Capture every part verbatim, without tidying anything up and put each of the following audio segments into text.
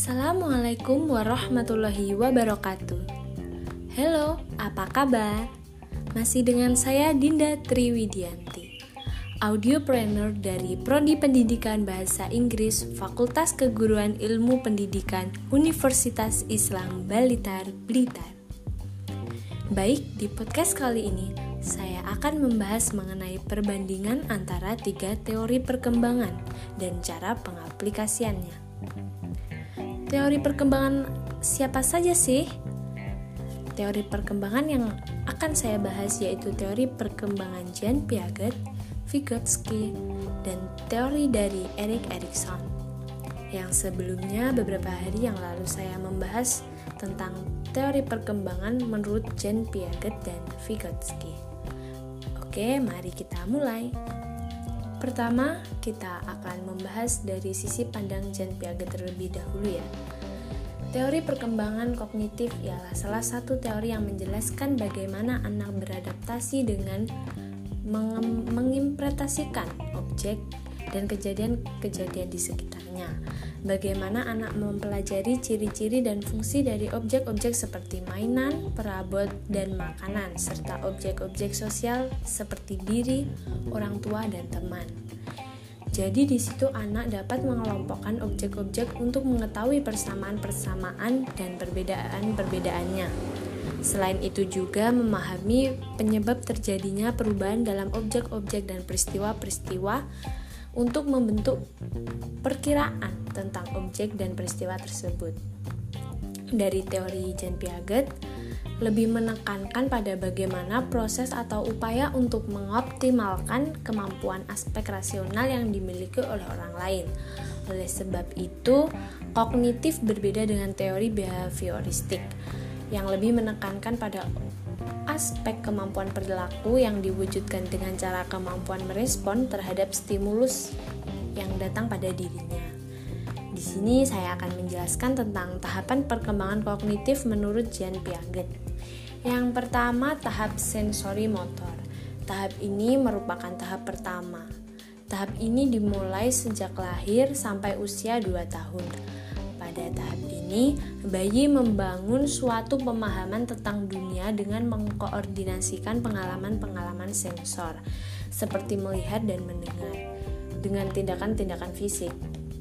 Assalamualaikum warahmatullahi wabarakatuh. Halo, apa kabar? Masih dengan saya Dinda Triwidianti, audiopreneur dari Prodi Pendidikan Bahasa Inggris Fakultas Keguruan Ilmu Pendidikan Universitas Islam Blitar, Blitar. Baik, di podcast kali ini saya akan membahas mengenai perbandingan antara tiga teori perkembangan dan cara pengaplikasiannya. Teori perkembangan siapa saja sih? Teori perkembangan yang akan saya bahas yaitu teori perkembangan Jean Piaget, Vygotsky, dan teori dari Erik Erikson. Yang sebelumnya beberapa hari yang lalu saya membahas tentang teori perkembangan menurut Jean Piaget dan Vygotsky. Oke, mari kita mulai. Pertama, kita akan membahas dari sisi pandang Jean Piaget terlebih dahulu ya. Teori perkembangan kognitif ialah salah satu teori yang menjelaskan bagaimana anak beradaptasi dengan meng- mengimplementasikan objek dan kejadian-kejadian di sekitarnya. Bagaimana anak mempelajari ciri-ciri dan fungsi dari objek-objek seperti mainan, perabot, dan makanan, serta objek-objek sosial seperti diri, orang tua, dan teman. Jadi di situ anak dapat mengelompokkan objek-objek untuk mengetahui persamaan-persamaan dan perbedaan-perbedaannya. Selain itu juga memahami penyebab terjadinya perubahan dalam objek-objek dan peristiwa-peristiwa untuk membentuk perkiraan tentang objek dan peristiwa tersebut. Dari teori Jean Piaget lebih menekankan pada bagaimana proses atau upaya untuk mengoptimalkan kemampuan aspek rasional yang dimiliki oleh orang lain. Oleh sebab itu, kognitif berbeda dengan teori behavioristik yang lebih menekankan pada aspek kemampuan perilaku yang diwujudkan dengan cara kemampuan merespon terhadap stimulus yang datang pada dirinya. Di sini saya akan menjelaskan tentang tahapan perkembangan kognitif menurut Jean Piaget. Yang pertama, tahap sensori motor. Tahap ini merupakan tahap pertama. Tahap ini dimulai sejak lahir sampai usia dua tahun. Pada tahap ini, bayi membangun suatu pemahaman tentang dunia dengan mengkoordinasikan pengalaman-pengalaman sensor, seperti melihat dan mendengar, dengan tindakan-tindakan fisik.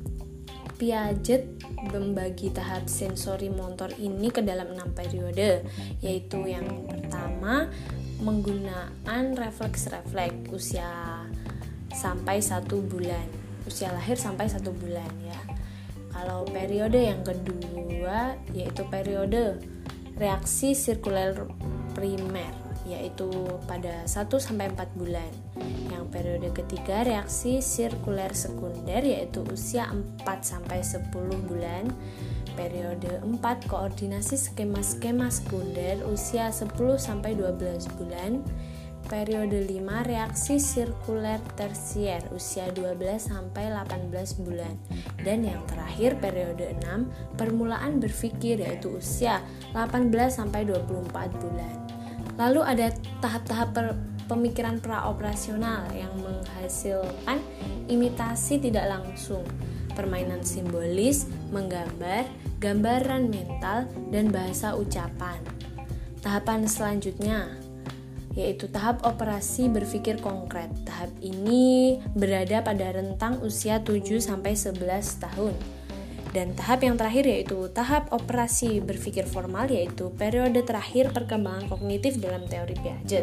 Piaget membagi tahap sensori motor ini ke dalam enam periode, yaitu yang pertama, penggunaan refleks-refleks usia sampai satu bulan, usia lahir sampai satu bulan ya. Kalau periode yang kedua yaitu periode reaksi sirkuler primer, yaitu pada satu sampai empat bulan. Yang periode ketiga reaksi sirkuler sekunder, yaitu usia empat sampai sepuluh bulan. Periode empat koordinasi skema-skema sekunder, usia sepuluh sampai dua belas bulan. Periode lima reaksi sirkuler tersier, usia dua belas sampai delapan belas bulan. Dan yang terakhir periode enam permulaan berpikir, yaitu usia delapan belas sampai dua puluh empat bulan. Lalu ada tahap-tahap per, pemikiran praoperasional yang menghasilkan imitasi tidak langsung, permainan simbolis, menggambar, gambaran mental, dan bahasa ucapan. Tahapan selanjutnya yaitu tahap operasi berpikir konkret. Tahap ini berada pada rentang usia tujuh sampai sebelas tahun. Dan tahap yang terakhir yaitu tahap operasi berpikir formal, yaitu periode terakhir perkembangan kognitif dalam teori Piaget.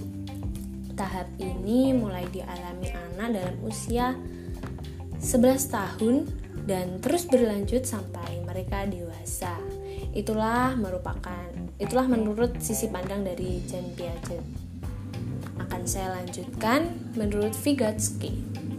Tahap ini mulai dialami anak dalam usia sebelas tahun dan terus berlanjut sampai mereka dewasa. Itulah merupakan itulah menurut sisi pandang dari Jean Piaget. Akan saya lanjutkan menurut Vygotsky.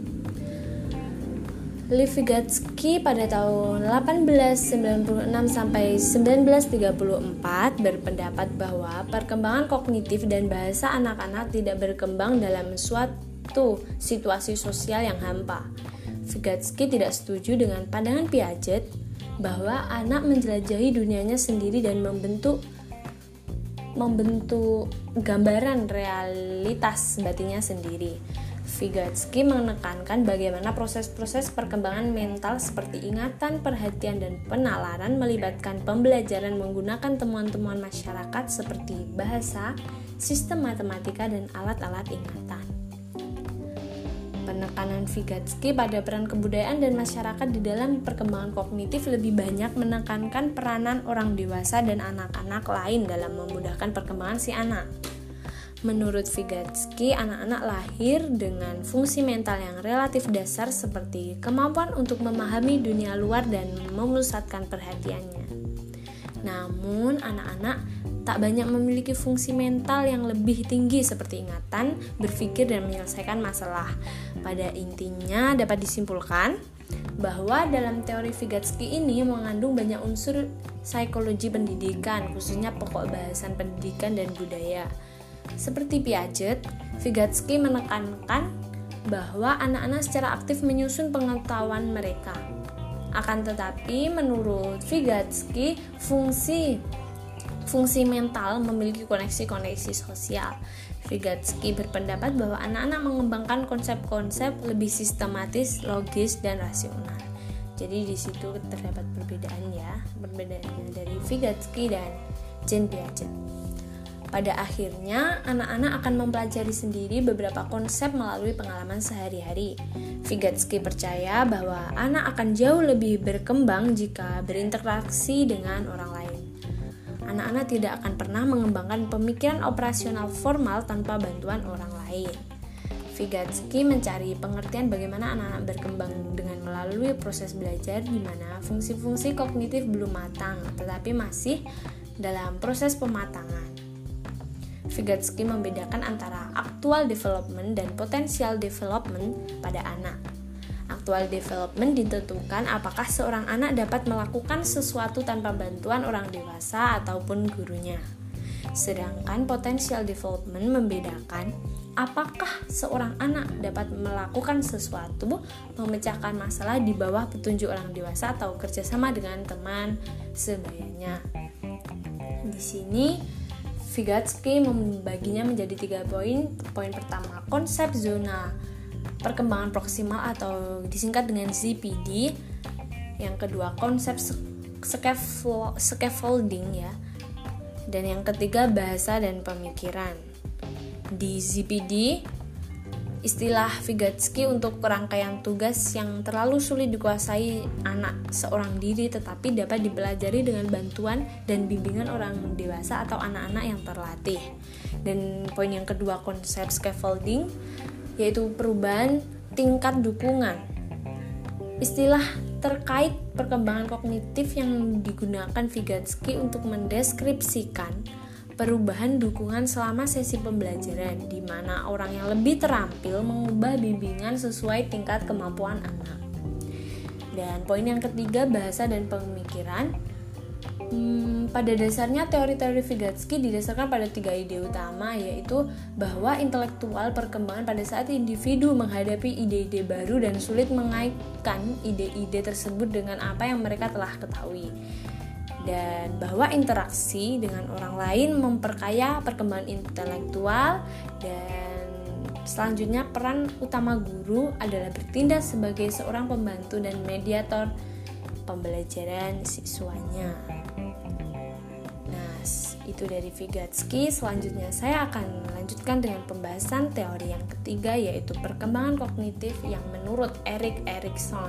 Lev Vygotsky pada tahun delapan belas sembilan puluh enam sampai sembilan belas tiga puluh empat berpendapat bahwa perkembangan kognitif dan bahasa anak-anak tidak berkembang dalam suatu situasi sosial yang hampa. Vygotsky tidak setuju dengan pandangan Piaget bahwa anak menjelajahi dunianya sendiri dan membentuk membentuk gambaran realitas batinnya sendiri. Vygotsky menekankan bagaimana proses-proses perkembangan mental seperti ingatan, perhatian, dan penalaran melibatkan pembelajaran menggunakan temuan-temuan masyarakat seperti bahasa, sistem matematika, dan alat-alat ingatan. Penekanan Vygotsky pada peran kebudayaan dan masyarakat di dalam perkembangan kognitif lebih banyak menekankan peranan orang dewasa dan anak-anak lain dalam memudahkan perkembangan si anak. Menurut Vygotsky, anak-anak lahir dengan fungsi mental yang relatif dasar seperti kemampuan untuk memahami dunia luar dan memusatkan perhatiannya. Namun, anak-anak tak banyak memiliki fungsi mental yang lebih tinggi seperti ingatan, berpikir, dan menyelesaikan masalah. Pada intinya dapat disimpulkan bahwa dalam teori Vygotsky ini mengandung banyak unsur psikologi pendidikan, khususnya pokok bahasan pendidikan dan budaya. Seperti Piaget, Vygotsky menekankan bahwa anak-anak secara aktif menyusun pengetahuan mereka. Akan tetapi, menurut Vygotsky, fungsi fungsi mental memiliki koneksi-koneksi sosial. Vygotsky berpendapat bahwa anak-anak mengembangkan konsep-konsep lebih sistematis, logis, dan rasional. Jadi di situ terdapat perbedaan ya, perbedaannya dari Vygotsky dan Jean Piaget. Pada akhirnya, anak-anak akan mempelajari sendiri beberapa konsep melalui pengalaman sehari-hari. Vygotsky percaya bahwa anak akan jauh lebih berkembang jika berinteraksi dengan orang lain. Anak-anak tidak akan pernah mengembangkan pemikiran operasional formal tanpa bantuan orang lain. Vygotsky mencari pengertian bagaimana anak-anak berkembang dengan melalui proses belajar di mana fungsi-fungsi kognitif belum matang, tetapi masih dalam proses pematangan. Vygotsky membedakan antara actual development dan potential development pada anak. Actual development ditentukan apakah seorang anak dapat melakukan sesuatu tanpa bantuan orang dewasa ataupun gurunya. Sedangkan potential development membedakan apakah seorang anak dapat melakukan sesuatu, memecahkan masalah di bawah petunjuk orang dewasa atau kerjasama dengan teman sebayanya. Di sini Vygotsky membaginya menjadi tiga poin. Poin pertama, konsep zona perkembangan proksimal atau disingkat dengan Z P D. Yang kedua, konsep scaffolding ya. Dan yang ketiga, bahasa dan pemikiran. Di Z P D, istilah Vygotsky untuk rangkaian tugas yang terlalu sulit dikuasai anak seorang diri tetapi dapat dipelajari dengan bantuan dan bimbingan orang dewasa atau anak-anak yang terlatih. Dan poin yang kedua, konsep scaffolding, yaitu perubahan tingkat dukungan. Istilah terkait perkembangan kognitif yang digunakan Vygotsky untuk mendeskripsikan perubahan dukungan selama sesi pembelajaran, di mana orang yang lebih terampil mengubah bimbingan sesuai tingkat kemampuan anak. Dan poin yang ketiga, bahasa dan pemikiran. Hmm, pada dasarnya teori-teori Vygotsky didasarkan pada tiga ide utama, yaitu bahwa intelektual perkembangan pada saat individu menghadapi ide-ide baru dan sulit mengaitkan ide-ide tersebut dengan apa yang mereka telah ketahui. Dan bahwa interaksi dengan orang lain memperkaya perkembangan intelektual. Dan selanjutnya, peran utama guru adalah bertindak sebagai seorang pembantu dan mediator pembelajaran siswanya. Nah, itu dari Vygotsky. Selanjutnya saya akan melanjutkan dengan pembahasan teori yang ketiga, yaitu perkembangan kognitif yang menurut Erik Erikson.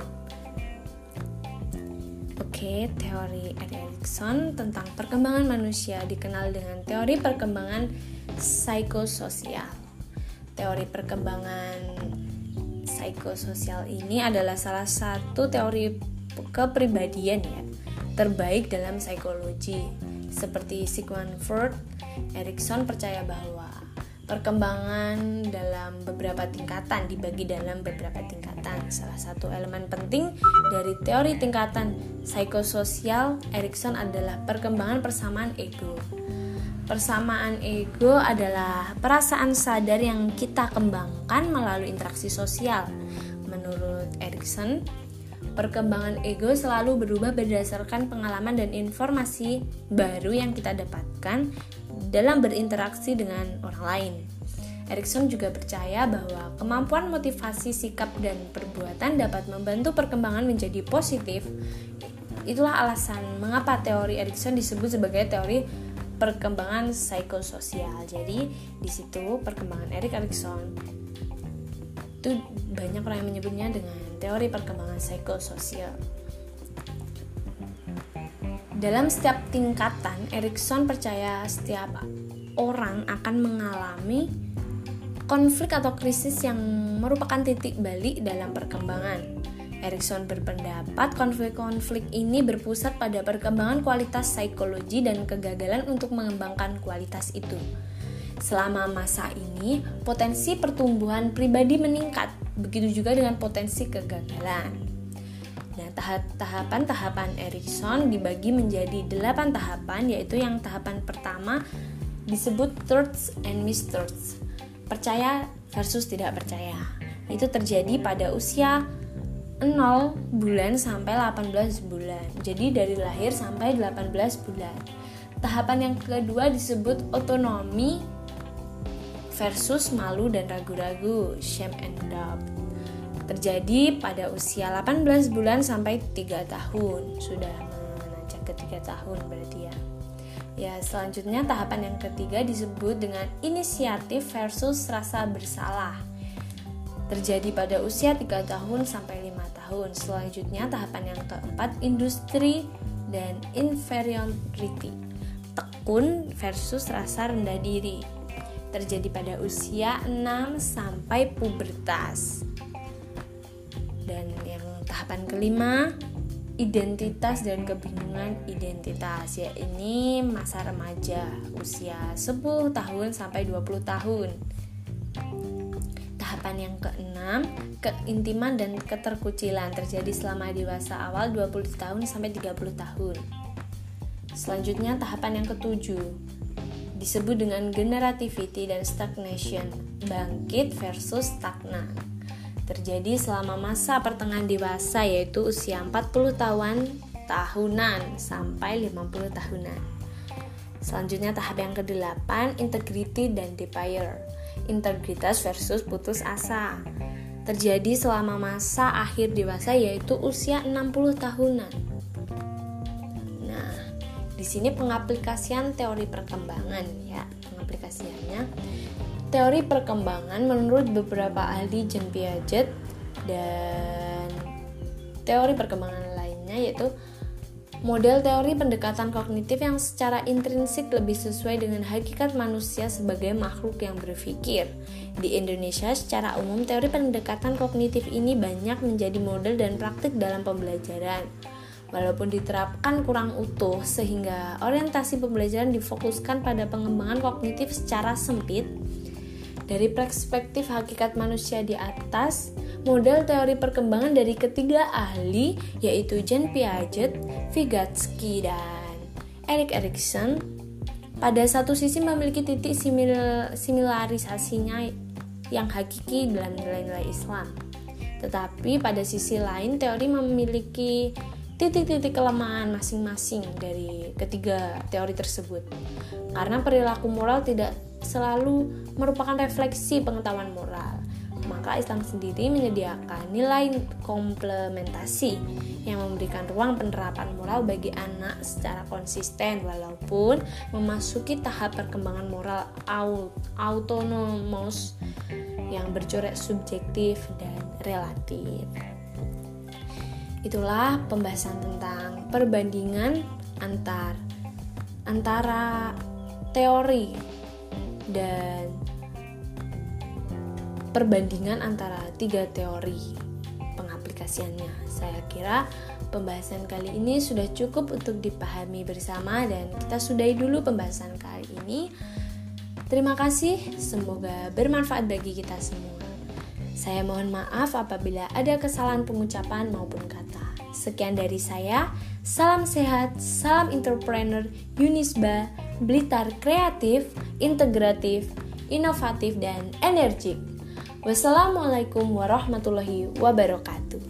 Oke, teori Erikson tentang perkembangan manusia dikenal dengan teori perkembangan psikososial. Teori perkembangan psikososial ini adalah salah satu teori kepribadian ya terbaik dalam psikologi. Seperti Sigmund Freud, Erikson percaya bahwa perkembangan dalam beberapa tingkatan dibagi dalam beberapa tingkatan. Salah satu elemen penting dari teori tingkatan psikososial Erikson adalah perkembangan persamaan ego. Persamaan ego adalah perasaan sadar yang kita kembangkan melalui interaksi sosial. Menurut Erikson, perkembangan ego selalu berubah berdasarkan pengalaman dan informasi baru yang kita dapatkan dalam berinteraksi dengan orang lain. Erikson juga percaya bahwa kemampuan motivasi sikap dan perbuatan dapat membantu perkembangan menjadi positif. Itulah alasan mengapa teori Erikson disebut sebagai teori perkembangan psikososial. Jadi di situ perkembangan Erik Erikson itu banyak orang yang menyebutnya dengan teori perkembangan psikososial. Dalam setiap tingkatan, Erikson percaya setiap orang akan mengalami konflik atau krisis yang merupakan titik balik dalam perkembangan. Erikson berpendapat konflik-konflik ini berpusat pada perkembangan kualitas psikologi dan kegagalan untuk mengembangkan kualitas itu. Selama masa ini, potensi pertumbuhan pribadi meningkat, begitu juga dengan potensi kegagalan. Nah, tahapan-tahapan Erikson dibagi menjadi delapan tahapan, yaitu yang tahapan pertama disebut truths and mistruths, percaya versus tidak percaya. Itu terjadi pada usia nol bulan sampai delapan belas bulan. Jadi dari lahir sampai delapan belas bulan. Tahapan yang kedua disebut otonomi versus malu dan ragu-ragu, shame and doubt. Terjadi pada usia delapan belas bulan sampai tiga tahun. Sudah menanjak ke tiga tahun berarti ya. Ya, selanjutnya tahapan yang ketiga disebut dengan inisiatif versus rasa bersalah. Terjadi pada usia tiga tahun sampai lima tahun. Selanjutnya tahapan yang keempat, industri dan inferiority, tekun versus rasa rendah diri. Terjadi pada usia enam sampai pubertas. Dan yang tahapan kelima, identitas dan kebingungan identitas, ya ini masa remaja, usia sepuluh tahun sampai dua puluh tahun. Tahapan yang keenam, keintiman dan keterkucilan, terjadi selama dewasa awal dua puluh tahun sampai tiga puluh tahun. Selanjutnya tahapan yang ketujuh disebut dengan generativity dan stagnation, bangkit versus stagnan. Terjadi selama masa pertengahan dewasa, yaitu usia empat puluh tahun tahunan sampai lima puluh tahunan. Selanjutnya tahap yang kedelapan, integrity dan despair, integritas versus putus asa. Terjadi selama masa akhir dewasa, yaitu usia enam puluh tahunan. Nah, di sini pengaplikasian teori perkembangan ya, pengaplikasiannya. Teori perkembangan menurut beberapa ahli Jean Piaget dan teori perkembangan lainnya, yaitu model teori pendekatan kognitif yang secara intrinsik lebih sesuai dengan hakikat manusia sebagai makhluk yang berpikir. Di Indonesia secara umum teori pendekatan kognitif ini banyak menjadi model dan praktik dalam pembelajaran. Walaupun diterapkan kurang utuh sehingga orientasi pembelajaran difokuskan pada pengembangan kognitif secara sempit, dari perspektif hakikat manusia di atas, model teori perkembangan dari ketiga ahli yaitu Jean Piaget, Vygotsky, dan Erik Erikson pada satu sisi memiliki titik simil, similarisasinya yang hakiki dalam nilai-nilai Islam. Tetapi pada sisi lain teori memiliki titik-titik kelemahan masing-masing dari ketiga teori tersebut. Karena perilaku moral tidak selalu merupakan refleksi pengetahuan moral, maka Islam sendiri menyediakan nilai komplementasi yang memberikan ruang penerapan moral bagi anak secara konsisten walaupun memasuki tahap perkembangan moral autonomos yang bercorak subjektif dan relatif. Itulah pembahasan tentang perbandingan antar antara teori dan perbandingan antara tiga teori pengaplikasiannya. Saya kira pembahasan kali ini sudah cukup untuk dipahami bersama dan kita sudahi dulu pembahasan kali ini. Terima kasih, semoga bermanfaat bagi kita semua. Saya mohon maaf apabila ada kesalahan pengucapan maupun kata. Sekian dari saya, salam sehat, salam entrepreneur, Yunisba, Blitar kreatif, integratif, inovatif, dan energik. Wassalamualaikum warahmatullahi wabarakatuh.